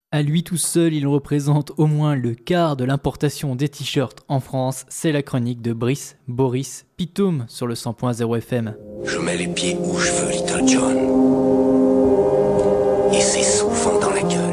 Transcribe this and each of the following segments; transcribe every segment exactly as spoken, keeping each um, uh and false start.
À lui tout seul, il représente au moins le quart de l'importation des t-shirts en France. C'est la chronique de Brice Boris Pitoum sur le cent point zéro F M. Je mets les pieds où je veux, Little John. Et c'est souvent dans la gueule.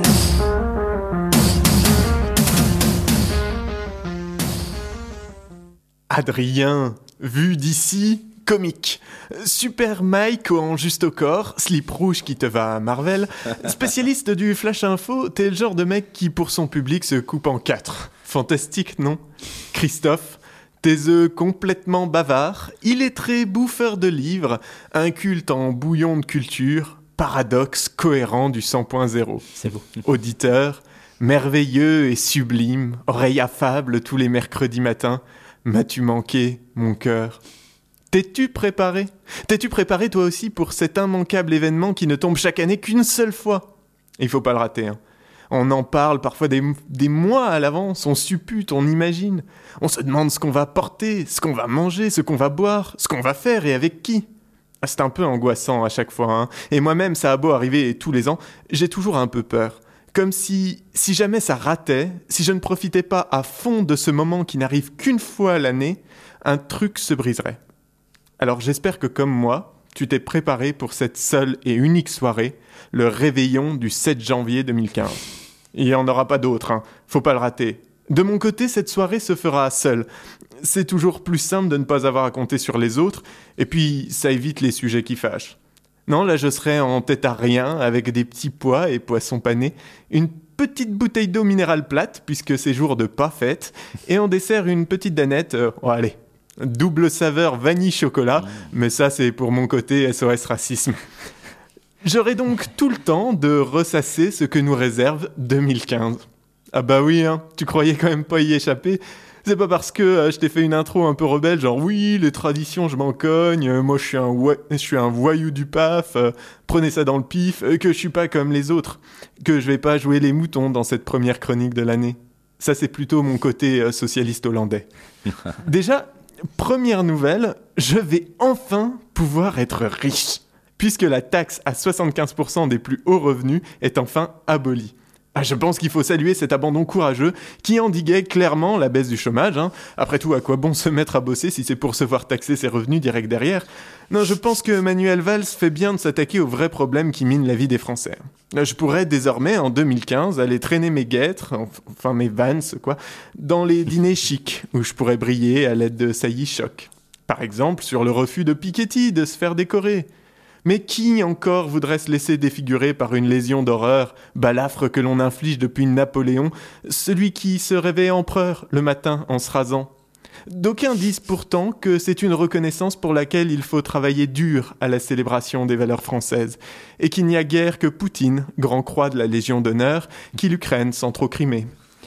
Adrien, vu d'ici, comique. Super Mike en juste au corps, slip rouge qui te va à Marvel. Spécialiste du flash info, t'es le genre de mec qui pour son public se coupe en quatre. Fantastique, non ? Christophe, tes œufs complètement bavards, illettré bouffeur de livres, inculte en bouillon de culture, paradoxe cohérent du cent point zéro. C'est beau. Auditeur, merveilleux et sublime, oreille affable tous les mercredis matins. M'as-tu manqué, mon cœur ? T'es-tu préparé ? T'es-tu préparé toi aussi pour cet immanquable événement qui ne tombe chaque année qu'une seule fois ? Il faut pas le rater, hein. On en parle parfois des, des mois à l'avance, on suppute, on imagine. On se demande ce qu'on va porter, ce qu'on va manger, ce qu'on va boire, ce qu'on va faire et avec qui. Ah, c'est un peu angoissant à chaque fois, hein. Et moi-même, ça a beau arriver tous les ans, j'ai toujours un peu peur. Comme si, si jamais ça ratait, si je ne profitais pas à fond de ce moment qui n'arrive qu'une fois à l'année, un truc se briserait. Alors j'espère que comme moi, tu t'es préparé pour cette seule et unique soirée, le réveillon du sept janvier deux mille quinze. Il n'y en aura pas d'autre, hein. Faut pas le rater. De mon côté, cette soirée se fera seule. C'est toujours plus simple de ne pas avoir à compter sur les autres, et puis ça évite les sujets qui fâchent. Non, là je serai en tête à rien, avec des petits pois et poissons panés, une petite bouteille d'eau minérale plate, puisque c'est jour de pas fête, et en dessert une petite danette, euh, oh allez, double saveur vanille-chocolat, mais ça c'est pour mon côté S O S racisme. J'aurai donc tout le temps de ressasser ce que nous réserve deux mille quinze. Ah bah oui, hein, tu croyais quand même pas y échapper ? C'est pas parce que euh, je t'ai fait une intro un peu rebelle, genre oui, les traditions, je m'en cogne, euh, moi je suis un, wa- je suis un voyou du P A F, euh, prenez ça dans le pif, euh, que je suis pas comme les autres, que je vais pas jouer les moutons dans cette première chronique de l'année. Ça c'est plutôt mon côté euh, socialiste hollandais. Déjà, première nouvelle, je vais enfin pouvoir être riche, puisque la taxe à soixante-quinze pour cent des plus hauts revenus est enfin abolie. Ah, je pense qu'il faut saluer cet abandon courageux qui endiguait clairement la baisse du chômage. Hein. Après tout, à quoi bon se mettre à bosser si c'est pour se voir taxer ses revenus direct derrière ? Non, je pense que Manuel Valls fait bien de s'attaquer aux vrais problèmes qui minent la vie des Français. Je pourrais désormais, en deux mille quinze, aller traîner mes guêtres, enfin mes Vans, quoi, dans les dîners chics, où je pourrais briller à l'aide de saillies chocs. Par exemple, sur le refus de Piketty de se faire décorer. Mais qui encore voudrait se laisser défigurer par une lésion d'horreur, balafre que l'on inflige depuis Napoléon, celui qui se réveille empereur le matin en se rasant ? D'aucuns disent pourtant que c'est une reconnaissance pour laquelle il faut travailler dur à la célébration des valeurs françaises, et qu'il n'y a guère que Poutine, grand croix de la Légion d'honneur, qui l'Ukraine sans trop crimer.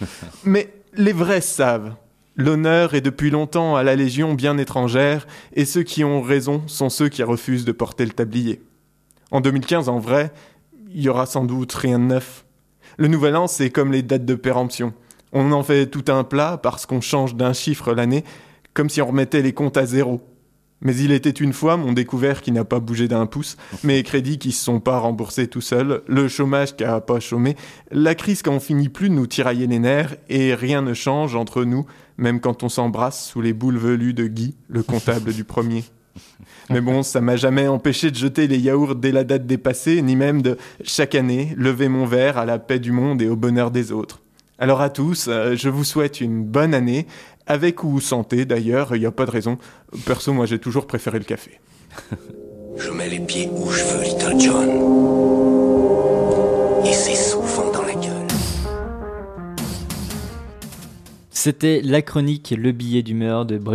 Mais les vrais savent. L'honneur est depuis longtemps à la Légion bien étrangère, et ceux qui ont raison sont ceux qui refusent de porter le tablier. En deux mille quinze, en vrai, il y aura sans doute rien de neuf. Le nouvel an, c'est comme les dates de péremption. On en fait tout un plat parce qu'on change d'un chiffre l'année, comme si on remettait les comptes à zéro. Mais il était une fois mon découvert qui n'a pas bougé d'un pouce, mes crédits qui se sont pas remboursés tout seuls, le chômage qui a pas chômé, la crise qu'on finit plus de nous tirailler les nerfs, et rien ne change entre nous, même quand on s'embrasse sous les boules velues de Guy, le comptable du premier. Mais bon, ça m'a jamais empêché de jeter les yaourts dès la date dépassée, ni même de, chaque année, lever mon verre à la paix du monde et au bonheur des autres. Alors à tous, euh, je vous souhaite une bonne année, avec ou santé d'ailleurs, il n'y a pas de raison. Perso, moi j'ai toujours préféré le café. Je mets les pieds où je veux, Little John. Et c'est souvent dans la gueule. C'était la chronique Le billet d'humeur de Brice